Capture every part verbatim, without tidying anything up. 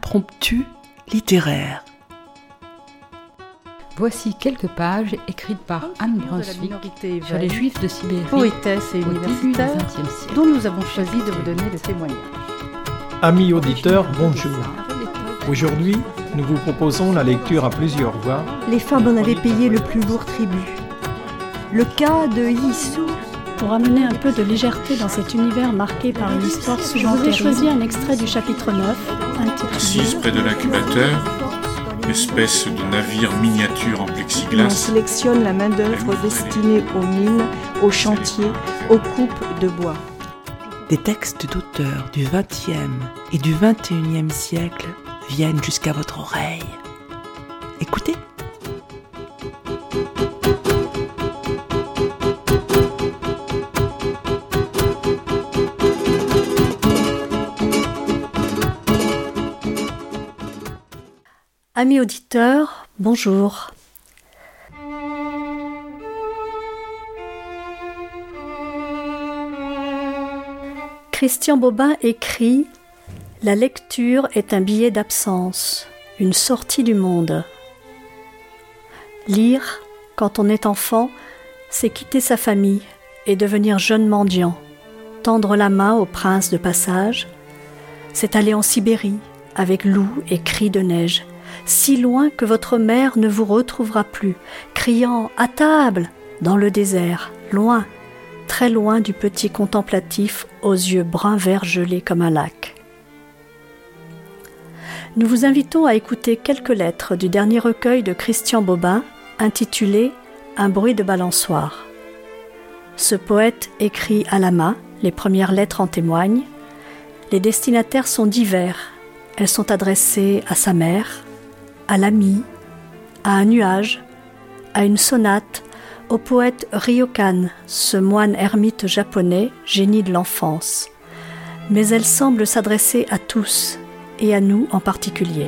impromptu littéraire. Voici quelques pages écrites par Anne Brunswick sur les Juifs de Sibérie, poétesse et universitaire, dont nous avons choisi de vous donner le témoignage. Amis auditeurs, bonjour. Aujourd'hui, nous vous proposons la lecture à plusieurs voix. Les femmes en avaient payé le plus lourd tribut. Le cas de Yissou. Pour amener un peu de légèreté dans cet univers marqué par une histoire souvent terrible, je vous ai choisi un extrait du chapitre neuf, intitulé Assise près de l'incubateur, espèce de navire miniature en plexiglas. On sélectionne la main-d'œuvre destinée aux mines, aux chantiers, aux coupes de bois. Des textes d'auteurs du vingtième et du vingt et unième siècle viennent jusqu'à votre oreille. Écoutez. Amis auditeurs, bonjour. Christian Bobin écrit « La lecture est un billet d'absence, une sortie du monde. Lire, quand on est enfant, c'est quitter sa famille et devenir jeune mendiant, tendre la main au prince de passage, c'est aller en Sibérie avec loups et cris de neige, si loin que votre mère ne vous retrouvera plus, criant « à table !» dans le désert, loin, très loin du petit contemplatif aux yeux brun-vert gelés comme un lac. Nous vous invitons à écouter quelques lettres du dernier recueil de Christian Bobin, intitulé « Un bruit de balançoire ». Ce poète écrit à la main, les premières lettres en témoignent. Les destinataires sont divers. Elles sont adressées à sa mère, à l'ami, à un nuage, à une sonate, au poète Ryokan, ce moine ermite japonais, génie de l'enfance. Mais elle semble s'adresser à tous, et à nous en particulier.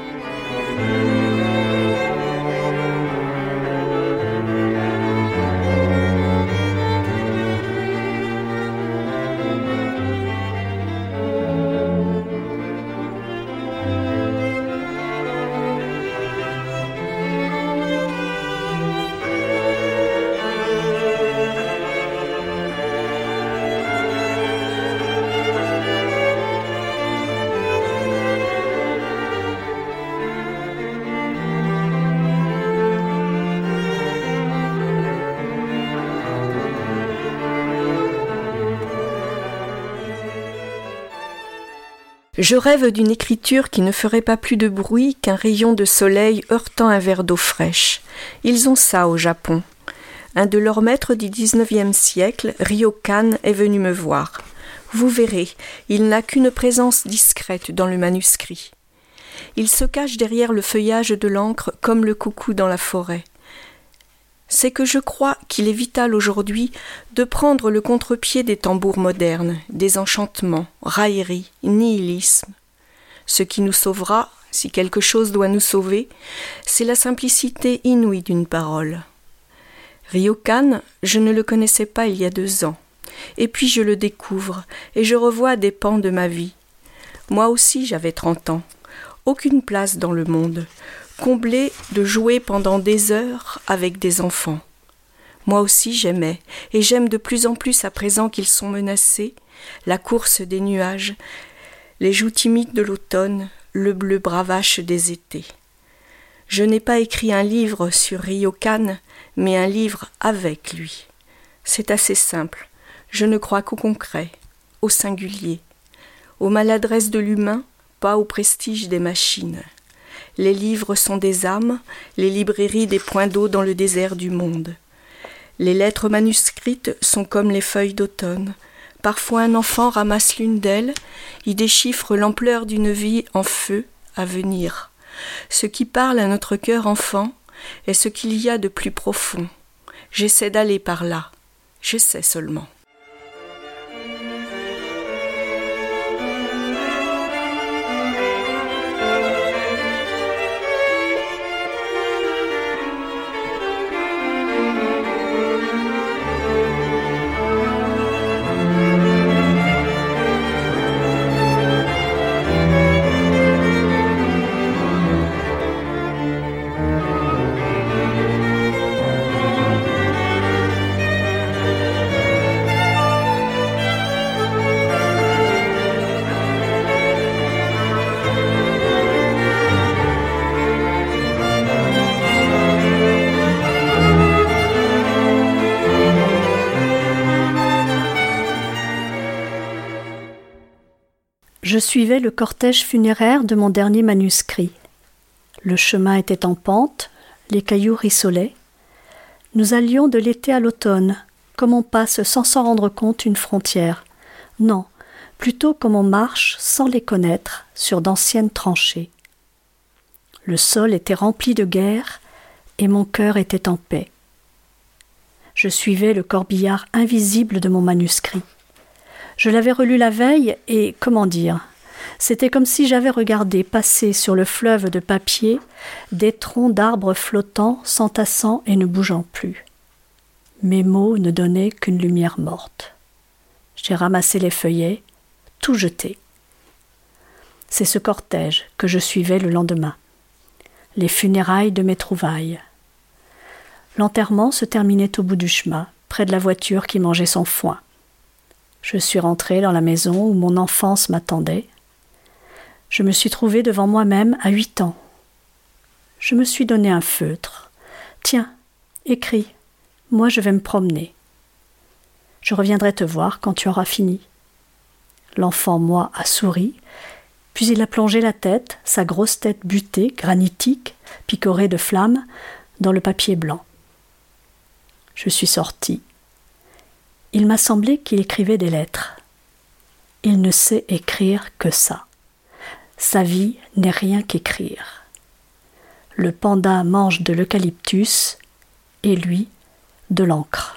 Je rêve d'une écriture qui ne ferait pas plus de bruit qu'un rayon de soleil heurtant un verre d'eau fraîche. Ils ont ça au Japon. Un de leurs maîtres du dix-neuvième siècle, Ryokan, est venu me voir. Vous verrez, il n'a qu'une présence discrète dans le manuscrit. Il se cache derrière le feuillage de l'encre comme le coucou dans la forêt. C'est que je crois qu'il est vital aujourd'hui de prendre le contre-pied des tambours modernes, des enchantements, railleries, nihilisme. Ce qui nous sauvera, si quelque chose doit nous sauver, c'est la simplicité inouïe d'une parole. Ryokan, je ne le connaissais pas il y a deux ans, et puis je le découvre, et je revois des pans de ma vie. Moi aussi j'avais trente ans, aucune place dans le monde, comblé de jouer pendant des heures avec des enfants. Moi aussi j'aimais, et j'aime de plus en plus à présent qu'ils sont menacés, la course des nuages, les joues timides de l'automne, le bleu bravache des étés. Je n'ai pas écrit un livre sur Ryokan, mais un livre avec lui. C'est assez simple, je ne crois qu'au concret, au singulier, aux maladresses de l'humain, pas au prestige des machines. Les livres sont des âmes, les librairies des points d'eau dans le désert du monde. Les lettres manuscrites sont comme les feuilles d'automne. Parfois un enfant ramasse l'une d'elles, y déchiffre l'ampleur d'une vie en feu à venir. Ce qui parle à notre cœur enfant est ce qu'il y a de plus profond. J'essaie d'aller par là, j'essaie seulement. Je suivais le cortège funéraire de mon dernier manuscrit. Le chemin était en pente, les cailloux ruisselaient. Nous allions de l'été à l'automne, comme on passe sans s'en rendre compte une frontière. Non, plutôt comme on marche sans les connaître sur d'anciennes tranchées. Le sol était rempli de guerre et mon cœur était en paix. Je suivais le corbillard invisible de mon manuscrit. Je l'avais relu la veille et, comment dire, c'était comme si j'avais regardé passer sur le fleuve de papier des troncs d'arbres flottants, s'entassant et ne bougeant plus. Mes mots ne donnaient qu'une lumière morte. J'ai ramassé les feuillets, tout jeté. C'est ce cortège que je suivais le lendemain. Les funérailles de mes trouvailles. L'enterrement se terminait au bout du chemin, près de la voiture qui mangeait son foin. Je suis rentrée dans la maison où mon enfance m'attendait. Je me suis trouvée devant moi-même à huit ans. Je me suis donné un feutre. Tiens, écris, moi je vais me promener. Je reviendrai te voir quand tu auras fini. L'enfant, moi, a souri, puis il a plongé la tête, sa grosse tête butée, granitique, picorée de flammes, dans le papier blanc. Je suis sortie. Il m'a semblé qu'il écrivait des lettres. Il ne sait écrire que ça. Sa vie n'est rien qu'écrire. Le panda mange de l'eucalyptus et lui, de l'encre.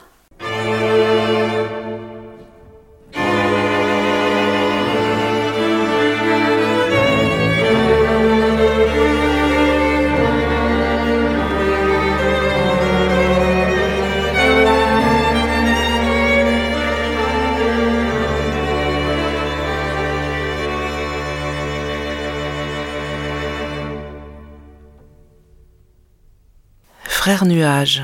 Frère Nuage,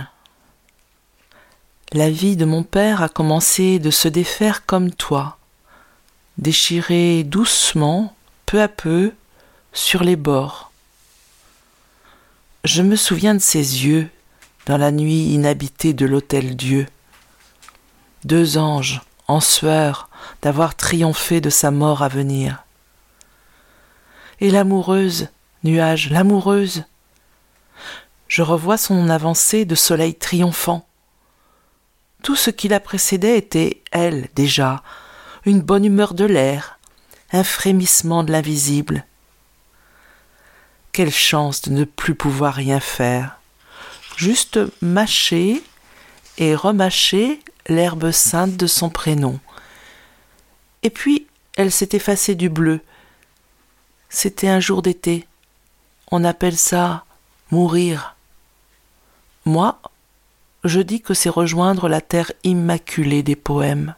la vie de mon père a commencé de se défaire comme toi, déchirée doucement, peu à peu, sur les bords. Je me souviens de ses yeux dans la nuit inhabitée de l'Hôtel-Dieu. Deux anges, en sueur, d'avoir triomphé de sa mort à venir. Et l'amoureuse, Nuage, l'amoureuse, je revois son avancée de soleil triomphant. Tout ce qui la précédait était, elle, déjà, une bonne humeur de l'air, un frémissement de l'invisible. Quelle chance de ne plus pouvoir rien faire, juste mâcher et remâcher l'herbe sainte de son prénom. Et puis, elle s'est effacée du bleu. C'était un jour d'été. On appelle ça mourir. Moi, je dis que c'est rejoindre la terre immaculée des poèmes.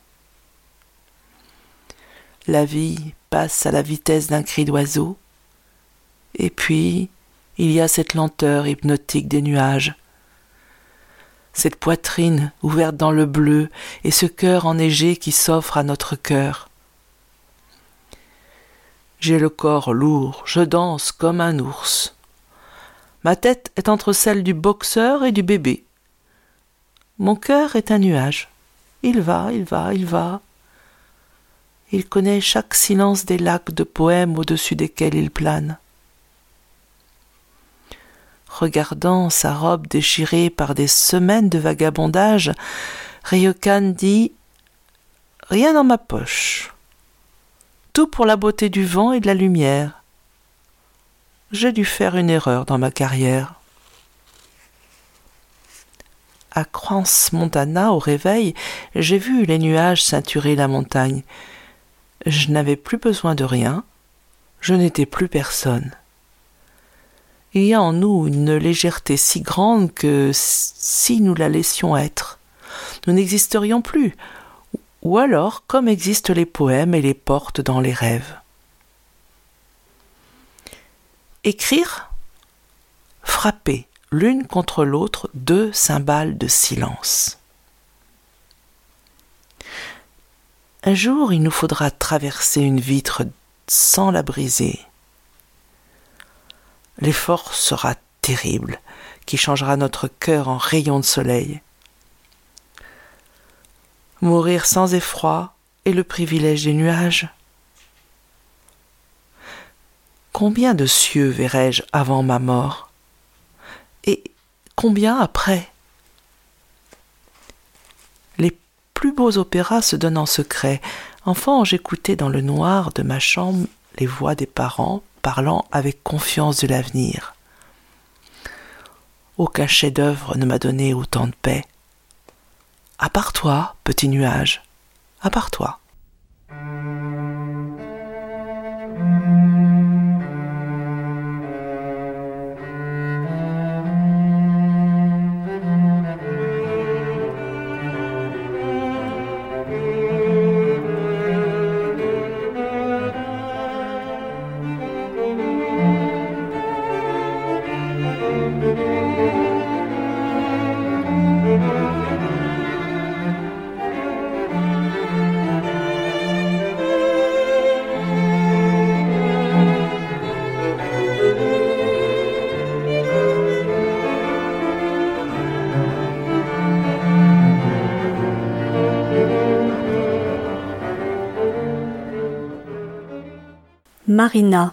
La vie passe à la vitesse d'un cri d'oiseau, et puis il y a cette lenteur hypnotique des nuages, cette poitrine ouverte dans le bleu et ce cœur enneigé qui s'offre à notre cœur. J'ai le corps lourd, je danse comme un ours. Ma tête est entre celle du boxeur et du bébé. Mon cœur est un nuage. Il va, il va, il va. Il connaît chaque silence des lacs de poèmes au-dessus desquels il plane. Regardant sa robe déchirée par des semaines de vagabondage, Ryokan dit « Rien dans ma poche. Tout pour la beauté du vent et de la lumière. J'ai dû faire une erreur dans ma carrière. » À Crans-Montana, au réveil, j'ai vu les nuages ceinturer la montagne. Je n'avais plus besoin de rien, je n'étais plus personne. Il y a en nous une légèreté si grande que, si nous la laissions être, nous n'existerions plus, ou alors comme existent les poèmes et les portes dans les rêves. Écrire, frapper l'une contre l'autre deux cymbales de silence. Un jour, il nous faudra traverser une vitre sans la briser. L'effort sera terrible, qui changera notre cœur en rayons de soleil. « Mourir sans effroi est le privilège des nuages. Combien de cieux verrai-je avant ma mort? Et combien après? Les plus beaux opéras se donnent en secret. Enfant, j'écoutais dans le noir de ma chambre les voix des parents parlant avec confiance de l'avenir. Aucun chef-d'œuvre ne m'a donné autant de paix. À part toi, petit nuage, à part toi. Marina,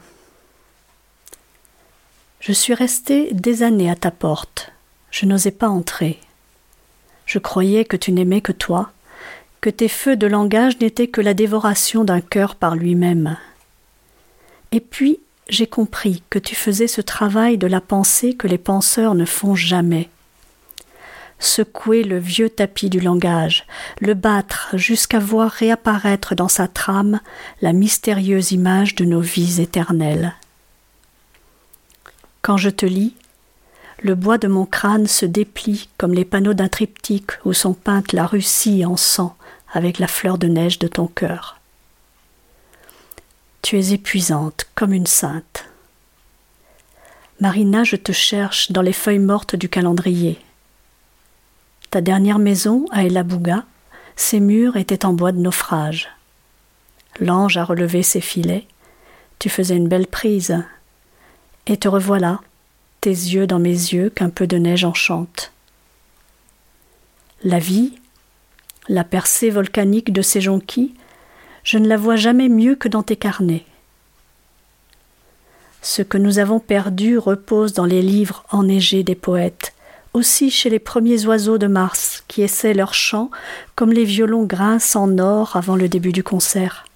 je suis restée des années à ta porte. Je n'osais pas entrer. Je croyais que tu n'aimais que toi, que tes feux de langage n'étaient que la dévoration d'un cœur par lui-même. Et puis, j'ai compris que tu faisais ce travail de la pensée que les penseurs ne font jamais. Secouer le vieux tapis du langage, le battre jusqu'à voir réapparaître dans sa trame la mystérieuse image de nos vies éternelles. Quand je te lis, le bois de mon crâne se déplie comme les panneaux d'un triptyque où sont peintes la Russie en sang avec la fleur de neige de ton cœur. Tu es épuisante comme une sainte. Marina, je te cherche dans les feuilles mortes du calendrier. Ta dernière maison à Elabuga, ses murs étaient en bois de naufrage. L'ange a relevé ses filets, tu faisais une belle prise, et te revoilà, tes yeux dans mes yeux qu'un peu de neige enchante. La vie, la percée volcanique de ces jonquilles, je ne la vois jamais mieux que dans tes carnets. Ce que nous avons perdu repose dans les livres enneigés des poètes, aussi chez les premiers oiseaux de Mars qui essaient leur chant comme les violons grincent en or avant le début du concert.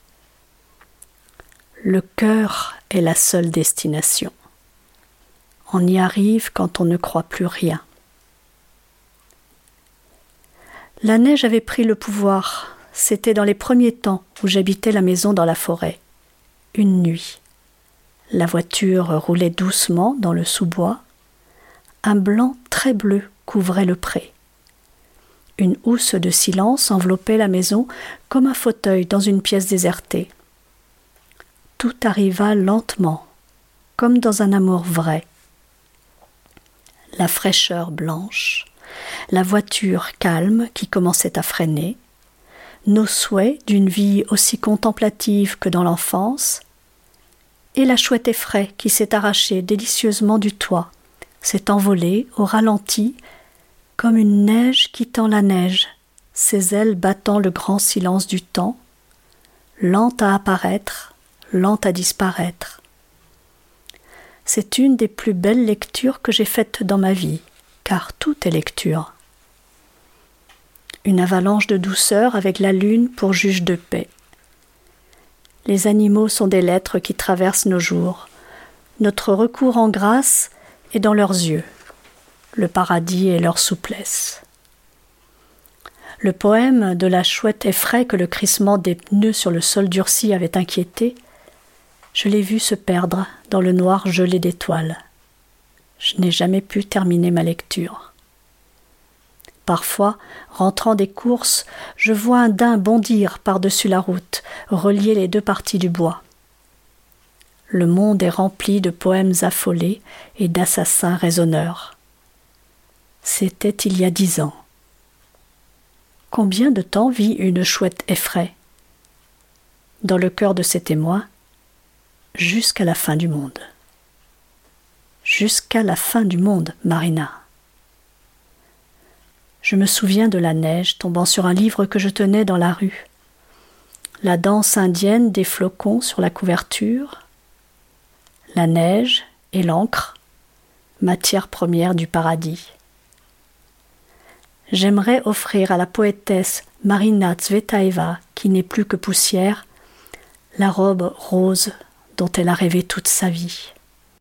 Le cœur est la seule destination. On y arrive quand on ne croit plus rien. La neige avait pris le pouvoir. C'était dans les premiers temps où j'habitais la maison dans la forêt. Une nuit. La voiture roulait doucement dans le sous-bois. Un blanc très bleu couvrait le pré. Une housse de silence enveloppait la maison comme un fauteuil dans une pièce désertée. Tout arriva lentement, comme dans un amour vrai. La fraîcheur blanche, la voiture calme qui commençait à freiner, nos souhaits d'une vie aussi contemplative que dans l'enfance, et la chouette effraie qui s'est arrachée délicieusement du toit, s'est envolée au ralenti comme une neige quittant la neige, ses ailes battant le grand silence du temps, lente à apparaître, lente à disparaître. C'est une des plus belles lectures que j'ai faites dans ma vie, car tout est lecture. Une avalanche de douceur avec la lune pour juge de paix. Les animaux sont des lettres qui traversent nos jours. Notre recours en grâce est dans leurs yeux. Le paradis est leur souplesse. Le poème de la chouette effraie que le crissement des pneus sur le sol durci avait inquiété, je l'ai vu se perdre dans le noir gelé d'étoiles. Je n'ai jamais pu terminer ma lecture. Parfois, rentrant des courses, je vois un daim bondir par-dessus la route, relier les deux parties du bois. Le monde est rempli de poèmes affolés et d'assassins raisonneurs. C'était il y a dix ans. Combien de temps vit une chouette effraie? Dans le cœur de ses témoins, jusqu'à la fin du monde. Jusqu'à la fin du monde, Marina. Je me souviens de la neige tombant sur un livre que je tenais dans la rue. La danse indienne des flocons sur la couverture. la neige et l'encre, matière première du paradis. J'aimerais offrir à la poétesse Marina Tsvetaeva, qui n'est plus que poussière, la robe rose dont elle a rêvé toute sa vie.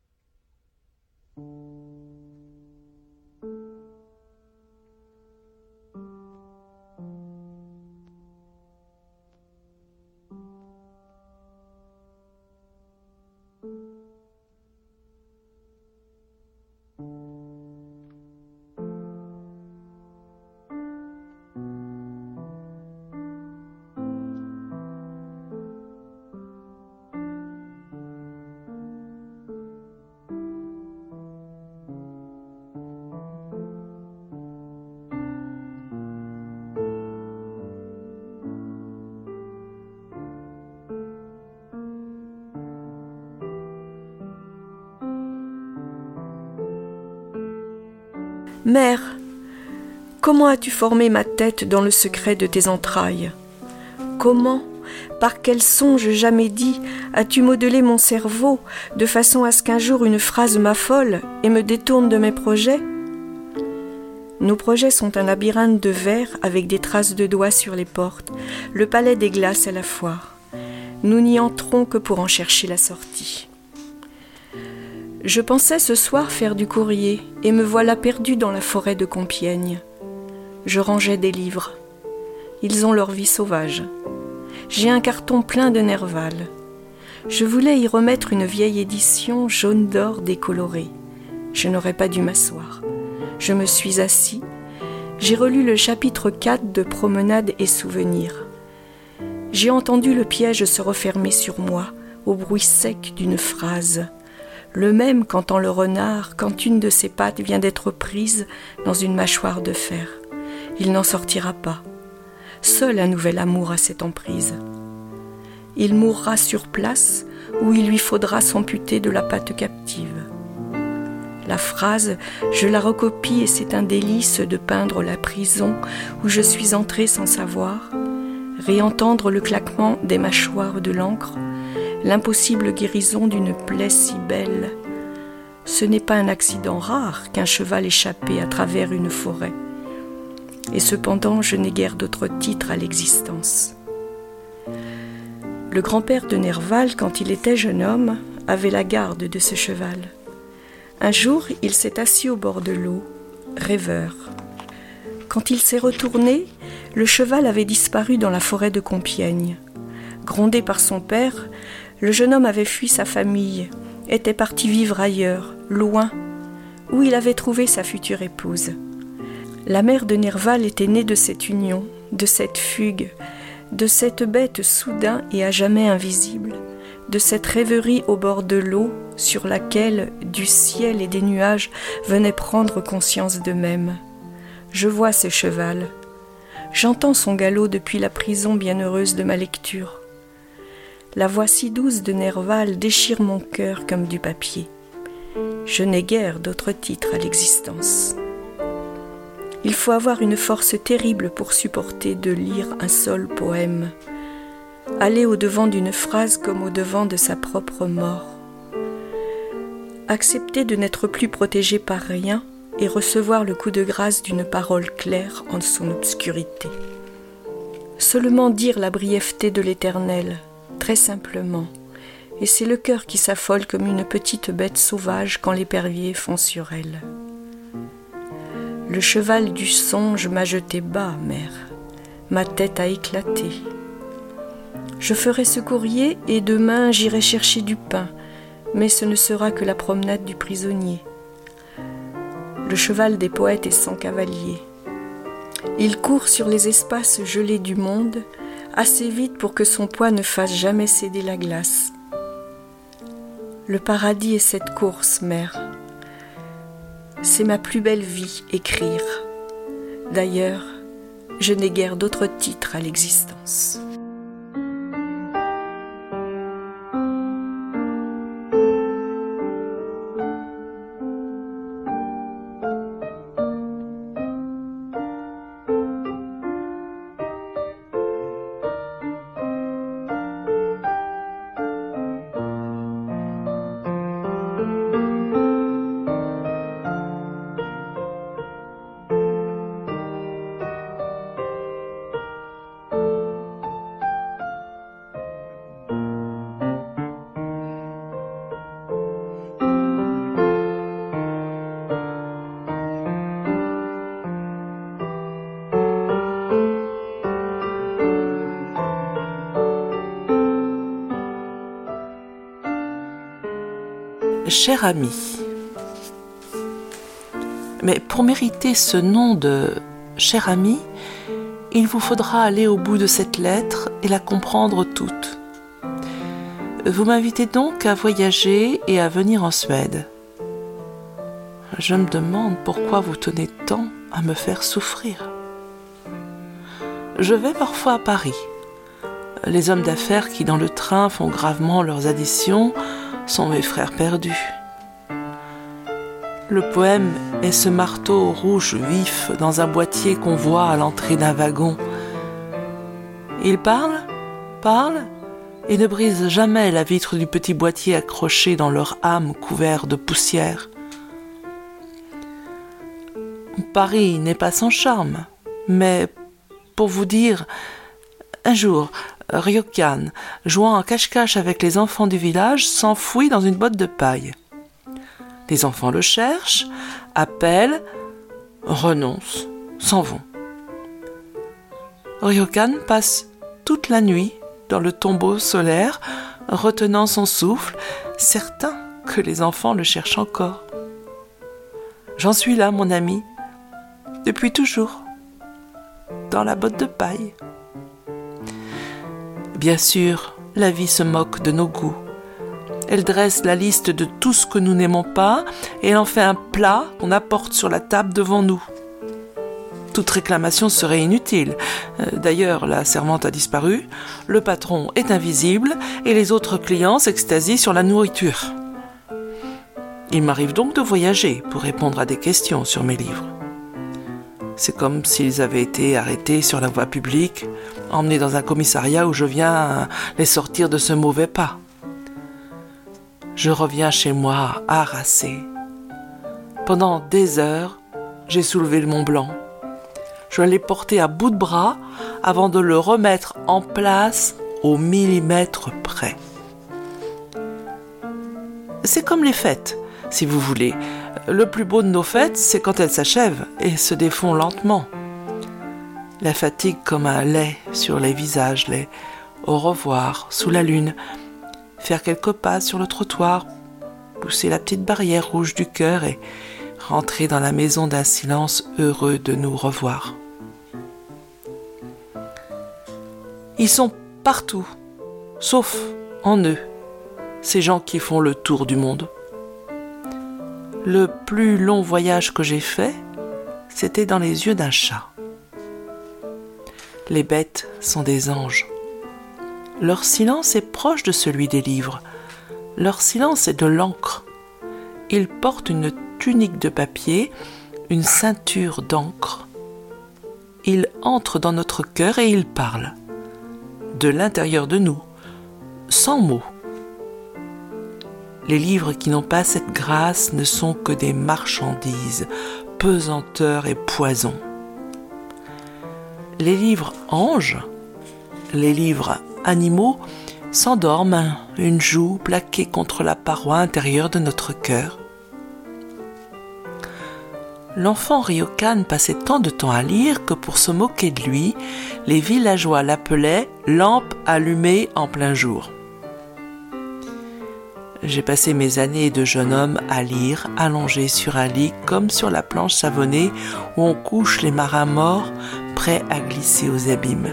Mère, comment as-tu formé ma tête dans le secret de tes entrailles? Comment, par quel songe jamais dit, as-tu modelé mon cerveau de façon à ce qu'un jour une phrase m'affole et me détourne de mes projets? Nos projets sont un labyrinthe de verre avec des traces de doigts sur les portes, le palais des glaces à la foire. Nous n'y entrons que pour en chercher la sortie. Je pensais ce soir faire du courrier et me voilà perdu dans la forêt de Compiègne. Je rangeais des livres. Ils ont leur vie sauvage. J'ai un carton plein de Nerval. Je voulais y remettre une vieille édition jaune d'or décolorée. Je n'aurais pas dû m'asseoir. Je me suis assis. J'ai relu le chapitre quatre de Promenade et souvenirs. J'ai entendu le piège se refermer sur moi, au bruit sec d'une phrase. Le même qu'entend le renard quand une de ses pattes vient d'être prise dans une mâchoire de fer. Il n'en sortira pas. Seul un nouvel amour a cette emprise. Il mourra sur place où il lui faudra s'amputer de la patte captive. La phrase, je la recopie et c'est un délice de peindre la prison où je suis entrée sans savoir, réentendre le claquement des mâchoires de l'encre, l'impossible guérison d'une plaie si belle. Ce n'est pas un accident rare qu'un cheval échappé à travers une forêt. Et cependant, je n'ai guère d'autre titre à l'existence. Le grand-père de Nerval, quand il était jeune homme, avait la garde de ce cheval. Un jour, il s'est assis au bord de l'eau, rêveur. Quand il s'est retourné, le cheval avait disparu dans la forêt de Compiègne. Grondé par son père, le jeune homme avait fui sa famille, était parti vivre ailleurs, loin, où il avait trouvé sa future épouse. La mère de Nerval était née de cette union, de cette fugue, de cette bête soudain et à jamais invisible, de cette rêverie au bord de l'eau sur laquelle, du ciel et des nuages, venaient prendre conscience d'eux-mêmes. Je vois ce cheval. J'entends son galop depuis la prison bienheureuse de ma lecture. La voix si douce de Nerval déchire mon cœur comme du papier. Je n'ai guère d'autre titre à l'existence. Il faut avoir une force terrible pour supporter de lire un seul poème, aller au-devant d'une phrase comme au-devant de sa propre mort, accepter de n'être plus protégé par rien et recevoir le coup de grâce d'une parole claire en son obscurité. Seulement dire la brièveté de l'Éternel, très simplement, et c'est le cœur qui s'affole comme une petite bête sauvage quand l'épervier fond sur elle. Le cheval du songe m'a jeté bas, mère, ma tête a éclaté. Je ferai ce courrier et demain j'irai chercher du pain, mais ce ne sera que la promenade du prisonnier. Le cheval des poètes est sans cavalier. Il court sur les espaces gelés du monde, assez vite pour que son poids ne fasse jamais céder la glace. Le paradis est cette course, mère. C'est ma plus belle vie, écrire. D'ailleurs, je n'ai guère d'autre titre à l'existence. Cher ami. Mais pour mériter ce nom de cher ami, il vous faudra aller au bout de cette lettre et la comprendre toute. Vous m'invitez donc à voyager et à venir en Suède. Je me demande pourquoi vous tenez tant à me faire souffrir. Je vais parfois à Paris. Les hommes d'affaires qui dans le train font gravement leurs additions sont mes frères perdus. Le poème est ce marteau rouge vif dans un boîtier qu'on voit à l'entrée d'un wagon. Il parle, parle, et ne brise jamais la vitre du petit boîtier accroché dans leur âme couvert de poussière. Paris n'est pas sans charme, mais pour vous dire, un jour, Ryokan, jouant en cache-cache avec les enfants du village, s'enfouit dans une botte de paille. Les enfants le cherchent, appellent, renoncent, s'en vont. Ryokan passe toute la nuit dans le tombeau solaire, retenant son souffle, certain que les enfants le cherchent encore. J'en suis là, mon ami, depuis toujours, dans la botte de paille. Bien sûr, la vie se moque de nos goûts. Elle dresse la liste de tout ce que nous n'aimons pas et elle en fait un plat qu'on apporte sur la table devant nous. Toute réclamation serait inutile. D'ailleurs, la servante a disparu, le patron est invisible et les autres clients s'extasient sur la nourriture. Il m'arrive donc de voyager pour répondre à des questions sur mes livres. C'est comme s'ils avaient été arrêtés sur la voie publique, emmenés dans un commissariat où je viens les sortir de ce mauvais pas. Je reviens chez moi harassé. Pendant des heures, j'ai soulevé le Mont Blanc. Je l'ai porté à bout de bras avant de le remettre en place au millimètre près. C'est comme les fêtes, si vous voulez. Le plus beau de nos fêtes, c'est quand elles s'achèvent et se défont lentement. La fatigue comme un lait sur les visages, les au revoir sous la lune, faire quelques pas sur le trottoir, pousser la petite barrière rouge du cœur et rentrer dans la maison d'un silence heureux de nous revoir. Ils sont partout, sauf en eux, ces gens qui font le tour du monde. Le plus long voyage que j'ai fait, c'était dans les yeux d'un chat. Les bêtes sont des anges. Leur silence est proche de celui des livres. Leur silence est de l'encre. Ils portent une tunique de papier, une ceinture d'encre. Ils entrent dans notre cœur et ils parlent. De l'intérieur de nous, sans mots. Les livres qui n'ont pas cette grâce ne sont que des marchandises, pesanteur et poison. Les livres anges, les livres animaux s'endorment, une joue plaquée contre la paroi intérieure de notre cœur. L'enfant Ryokan passait tant de temps à lire que pour se moquer de lui, les villageois l'appelaient « lampe allumée en plein jour ». J'ai passé mes années de jeune homme à lire, allongé sur un lit comme sur la planche savonnée où on couche les marins morts, prêts à glisser aux abîmes.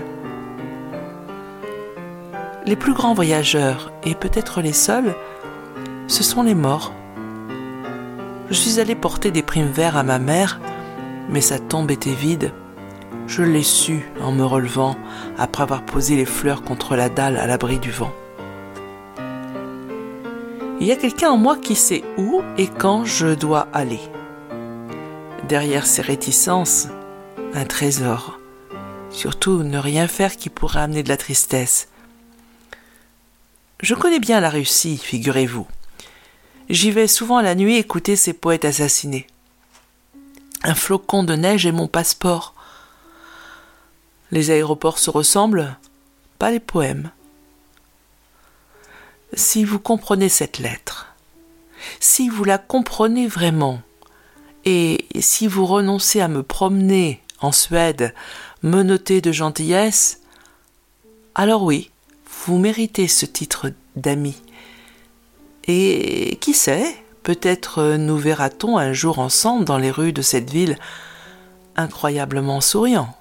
Les plus grands voyageurs, et peut-être les seuls, ce sont les morts. Je suis allé porter des primes verts à ma mère, mais sa tombe était vide. Je l'ai su en me relevant, après avoir posé les fleurs contre la dalle à l'abri du vent. Il y a quelqu'un en moi qui sait où et quand je dois aller. Derrière ces réticences, un trésor. Surtout ne rien faire qui pourrait amener de la tristesse. Je connais bien la Russie, figurez-vous. J'y vais souvent la nuit écouter ces poètes assassinés. Un flocon de neige est mon passeport. Les aéroports se ressemblent, pas les poèmes. Si vous comprenez cette lettre, si vous la comprenez vraiment, et si vous renoncez à me promener en Suède, menotté de gentillesse, alors oui, vous méritez ce titre d'ami. Et qui sait, Peut-être nous verra-t-on un jour ensemble dans les rues de cette ville incroyablement souriant.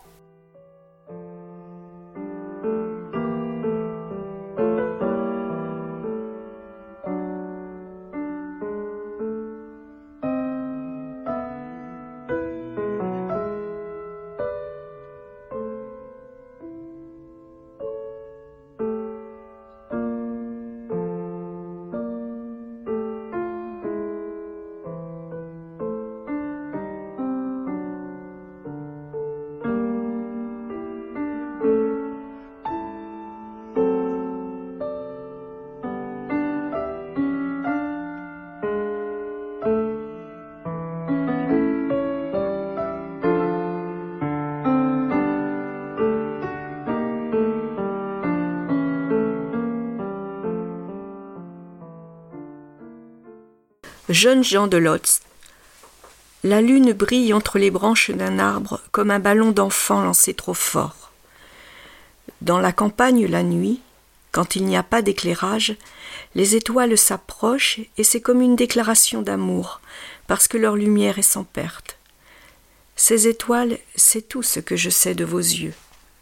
Jeunes gens de Lodz. La lune brille entre les branches d'un arbre comme un ballon d'enfant lancé trop fort. Dans la campagne la nuit, quand il n'y a pas d'éclairage, les étoiles s'approchent et c'est comme une déclaration d'amour, parce que leur lumière est sans perte. Ces étoiles, c'est tout ce que je sais de vos yeux.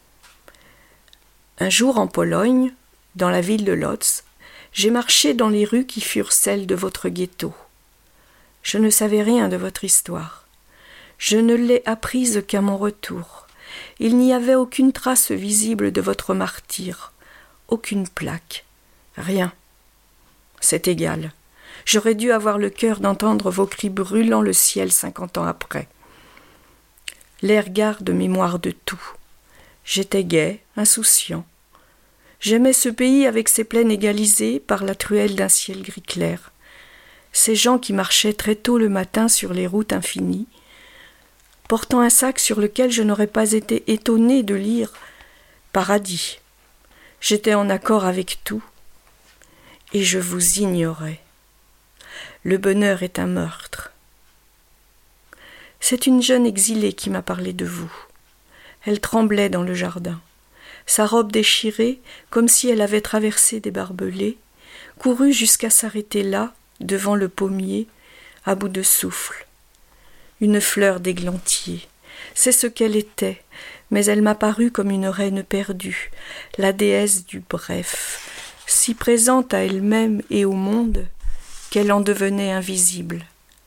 Un jour en Pologne, dans la ville de Lodz, j'ai marché dans les rues qui furent celles de votre ghetto. Je ne savais rien de votre histoire. Je ne l'ai apprise qu'à mon retour. Il n'y avait aucune trace visible de votre martyre, aucune plaque, rien. C'est égal. J'aurais dû avoir le cœur d'entendre vos cris brûlant le ciel cinquante ans après. L'air garde mémoire de tout. J'étais gai, insouciant. J'aimais ce pays avec ses plaines égalisées par la truelle d'un ciel gris clair. Ces gens qui marchaient très tôt le matin sur les routes infinies, portant un sac sur lequel je n'aurais pas été étonné de lire « Paradis ». J'étais en accord avec tout, et je vous ignorais. Le bonheur est un meurtre. C'est une jeune exilée qui m'a parlé de vous. Elle tremblait dans le jardin. Sa robe déchirée, comme si elle avait traversé des barbelés, courut jusqu'à s'arrêter là, devant le pommier, à bout de souffle. Une fleur d'églantier. C'est ce qu'elle était, mais elle m'a paru comme une reine perdue, la déesse du bref, si présente à elle-même et au monde qu'elle en devenait invisible.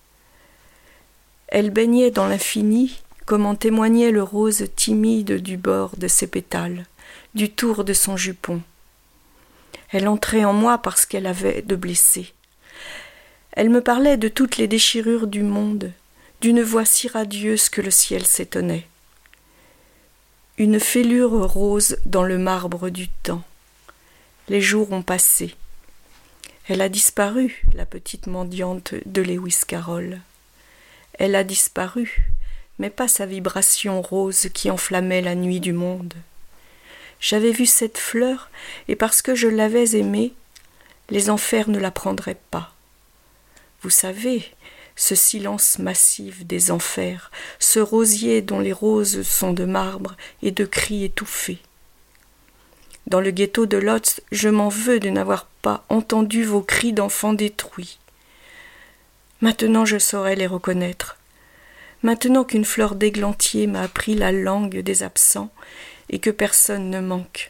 Elle baignait dans l'infini, comme en témoignait le rose timide du bord de ses pétales, du tour de son jupon. Elle entrait en moi parce qu'elle avait de blessés. Elle me parlait de toutes les déchirures du monde, d'une voix si radieuse que le ciel s'étonnait. Une fêlure rose dans le marbre du temps. Les jours ont passé. Elle a disparu, la petite mendiante de Lewis Carroll. Elle a disparu, mais pas sa vibration rose qui enflammait la nuit du monde. J'avais vu cette fleur, et parce que je l'avais aimée, les enfers ne la prendraient pas. Vous savez, ce silence massif des enfers, ce rosier dont les roses sont de marbre et de cris étouffés. Dans le ghetto de Lodz, je m'en veux de n'avoir pas entendu vos cris d'enfants détruits. Maintenant je saurais les reconnaître. Maintenant qu'une fleur d'églantier m'a appris la langue des absents et que personne ne manque.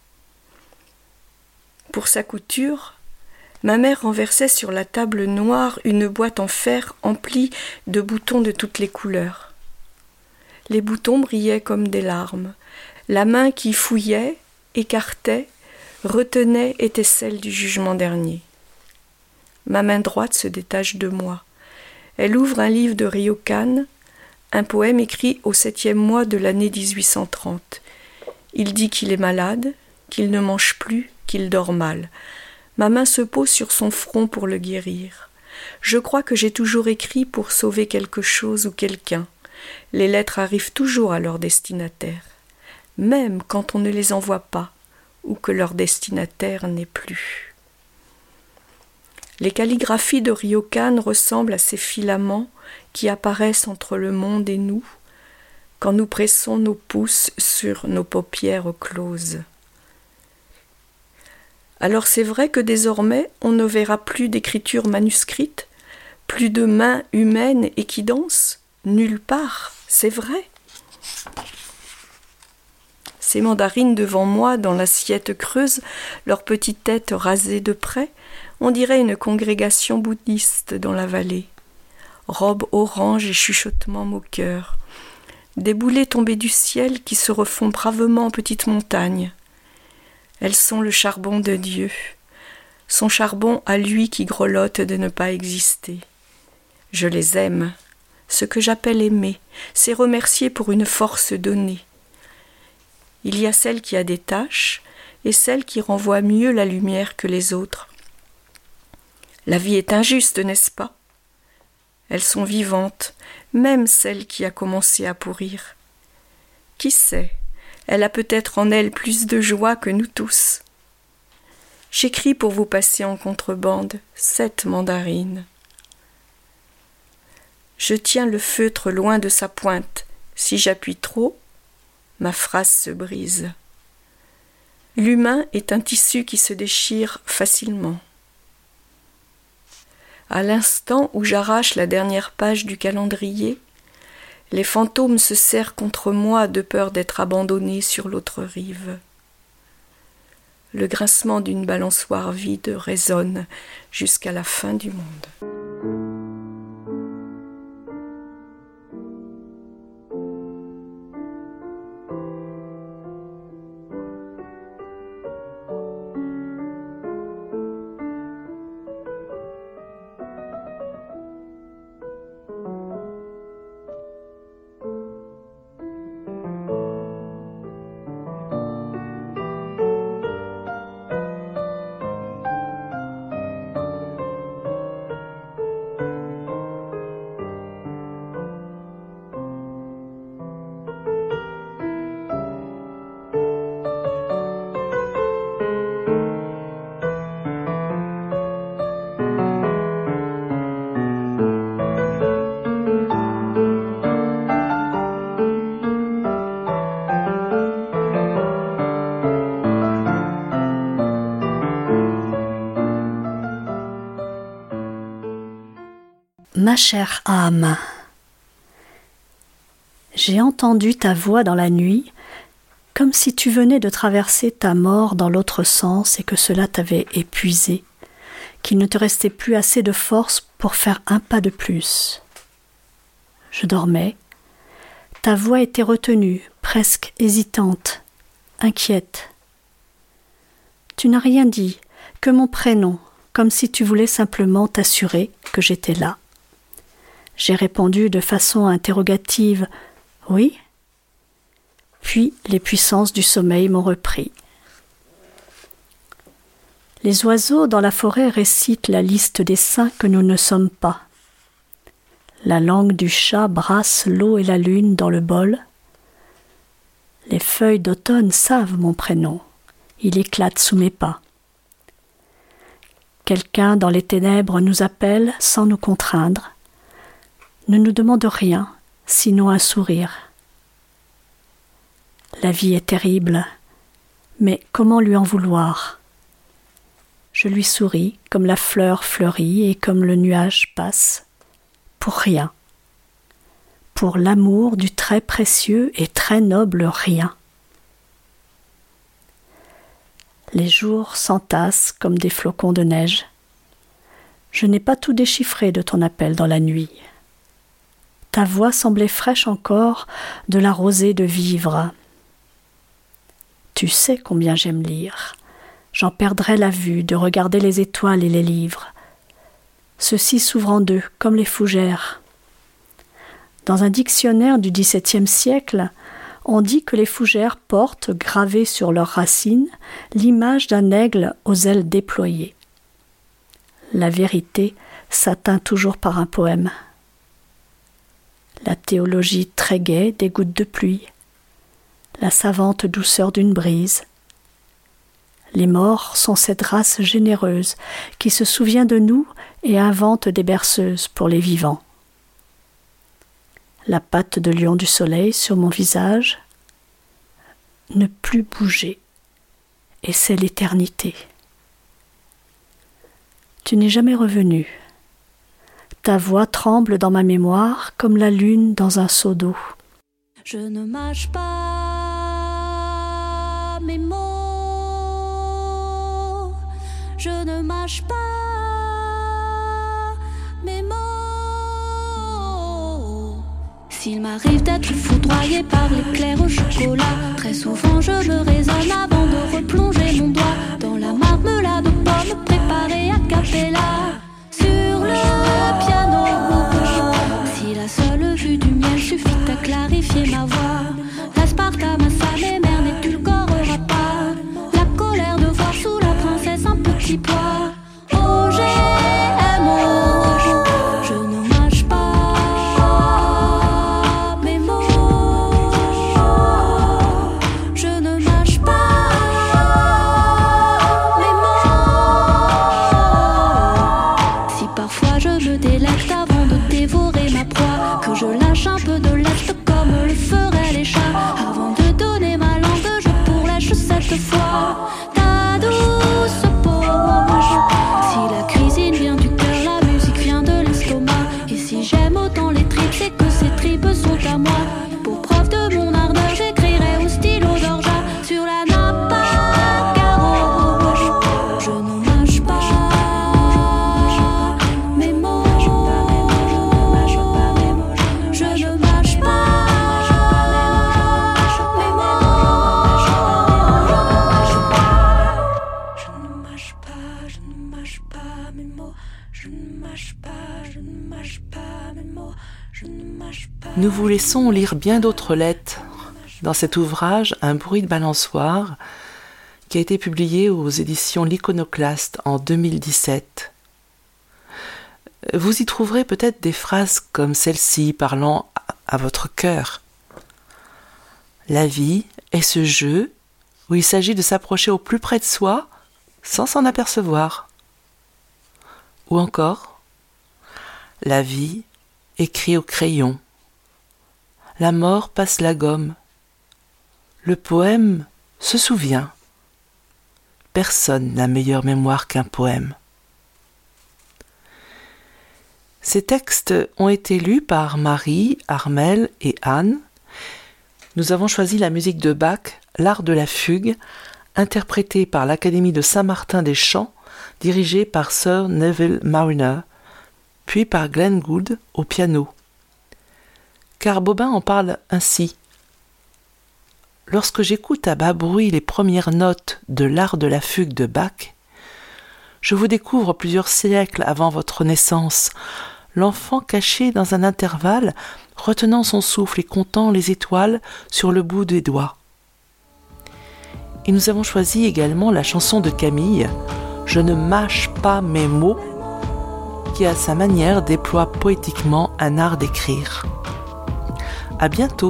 Pour sa couture, ma mère renversait sur la table noire une boîte en fer emplie de boutons de toutes les couleurs. Les boutons brillaient comme des larmes. La main qui fouillait, écartait, retenait était celle du jugement dernier. Ma main droite se détache de moi. Elle ouvre un livre de Ryokan, un poème écrit au septième mois de l'année dix-huit cent trente. Il dit qu'il est malade, qu'il ne mange plus, qu'il dort mal. Ma main se pose sur son front pour le guérir. Je crois que j'ai toujours écrit pour sauver quelque chose ou quelqu'un. Les lettres arrivent toujours à leur destinataire, même quand on ne les envoie pas ou que leur destinataire n'est plus. Les calligraphies de Ryokan ressemblent à ces filaments qui apparaissent entre le monde et nous quand nous pressons nos pouces sur nos paupières closes. Alors c'est vrai que désormais on ne verra plus d'écriture manuscrite, Plus de mains humaines et qui dansent? Nulle part, c'est vrai. Ces mandarines devant moi, dans l'assiette creuse, leurs petites têtes rasées de près, on dirait une congrégation bouddhiste dans la vallée. Robes orange et chuchotements moqueurs. Des boulets tombés du ciel qui se refont bravement en petites montagnes. Elles sont le charbon de Dieu, son charbon à lui qui grelotte de ne pas exister. Je les aime. Ce que j'appelle aimer, c'est remercier pour une force donnée. Il y a celle qui a des taches et celle qui renvoie mieux la lumière que les autres. La vie est injuste, n'est-ce pas? Elles sont vivantes, même celle qui a commencé à pourrir. Qui sait, elle a peut-être en elle plus de joie que nous tous. J'écris pour vous passer en contrebande cette mandarine. Je tiens le feutre loin de sa pointe. Si j'appuie trop, ma phrase se brise. L'humain est un tissu qui se déchire facilement. À l'instant où j'arrache la dernière page du calendrier, les fantômes se serrent contre moi de peur d'être abandonnés sur l'autre rive. Le grincement d'une balançoire vide résonne jusqu'à la fin du monde. Ma chère âme, j'ai entendu ta voix dans la nuit, comme si tu venais de traverser ta mort dans l'autre sens et que cela t'avait épuisé, qu'il ne te restait plus assez de force pour faire un pas de plus. Je dormais, ta voix était retenue, presque hésitante, inquiète. Tu n'as rien dit, que mon prénom, comme si tu voulais simplement t'assurer que j'étais là. J'ai répondu de façon interrogative « Oui ». Puis les puissances du sommeil m'ont repris. Les oiseaux dans la forêt récitent la liste des saints que nous ne sommes pas. La langue du chat brasse l'eau et la lune dans le bol. Les feuilles d'automne savent mon prénom. Il éclate sous mes pas. Quelqu'un dans les ténèbres nous appelle sans nous contraindre. Ne nous demande rien, sinon un sourire. La vie est terrible, mais comment lui en vouloir? Je lui souris comme la fleur fleurit et comme le nuage passe, pour rien, pour l'amour du très précieux et très noble rien. Les jours s'entassent comme des flocons de neige. Je n'ai pas tout déchiffré de ton appel dans la nuit. Ta voix semblait fraîche encore de la rosée de vivre. Tu sais combien j'aime lire. J'en perdrais la vue de regarder les étoiles et les livres. Ceux-ci s'ouvrent en deux, comme les fougères. Dans un dictionnaire du dix-septième siècle, on dit que les fougères portent, gravées sur leurs racines, l'image d'un aigle aux ailes déployées. La vérité s'atteint toujours par un poème. La théologie très gaie des gouttes de pluie, la savante douceur d'une brise. Les morts sont cette race généreuse qui se souvient de nous et invente des berceuses pour les vivants. La patte de lion du soleil sur mon visage, ne plus bouger, et c'est l'éternité. Tu n'es jamais revenu. Ta voix tremble dans ma mémoire comme la lune dans un seau d'eau. Je ne mâche pas mes mots, je ne mâche pas mes mots. S'il m'arrive d'être foudroyé par l'éclair au chocolat, très souvent je me raisonne avant de replonger mon doigt dans la marmelade de pommes préparée à cappella sur le piano. Si la seule vue du miel suffit à clarifier ma voix, l'aspartame à sa mémère n'édulcorera pas la colère de voir sous la princesse un petit pois. Oh, j'ai un mot, je ne mâche pas mes mots, je ne mâche pas mes mots. Si parfois je me délecte avant de dévorer ma proie, que je lâche un peu de lest comme le feraient les chats, avant de donner ma langue je pourlèche cette fois ta douce peau. Si la cuisine vient du cœur, la musique vient de l'estomac, et si j'aime autant les tripes, c'est que ces tripes sont à moi. Pour preuve de mon ardeur, j'écrirai au stylo d'orgeat sur la nappe à carreaux. Je ne mâche pas mes mots, je ne mâche pas mes mots, je ne mâche pas mes mots, je ne mâche pas mes mots, je ne mâche pas mes mots. Nous vous laissons lire bien d'autres lettres dans cet ouvrage Un bruit de balançoire qui a été publié aux éditions L'Iconoclaste en deux mille dix-sept. Vous y trouverez peut-être des phrases comme celle-ci parlant à votre cœur. La vie est ce jeu où il s'agit de s'approcher au plus près de soi sans s'en apercevoir. Ou encore, la vie écrit au crayon. La mort passe la gomme. Le poème se souvient. Personne n'a meilleure mémoire qu'un poème. Ces textes ont été lus par Marie, Armelle et Anne. Nous avons choisi la musique de Bach, l'art de la fugue, interprétée par l'Académie de Saint-Martin-des-Champs, dirigée par Sir Neville Mariner, puis par Glenn Gould au piano. Car Bobin en parle ainsi. Lorsque j'écoute à bas bruit les premières notes de l'art de la fugue de Bach, je vous découvre plusieurs siècles avant votre naissance, l'enfant caché dans un intervalle, retenant son souffle et comptant les étoiles sur le bout des doigts. Et nous avons choisi également la chanson de Camille, « Je ne mâche pas mes mots », qui à sa manière déploie poétiquement un art d'écrire. À bientôt.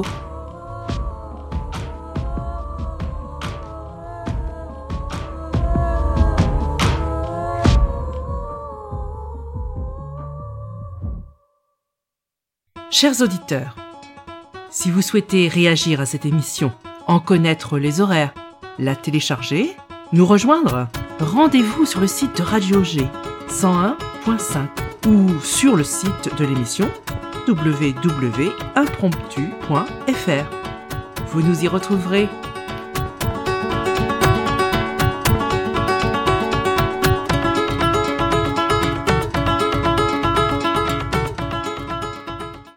Chers auditeurs, si vous souhaitez réagir à cette émission, en connaître les horaires, la télécharger, nous rejoindre, rendez-vous sur le site de Radio G cent un point cinq ou sur le site de l'émission w w w point impromptu point f r. Vous nous y retrouverez.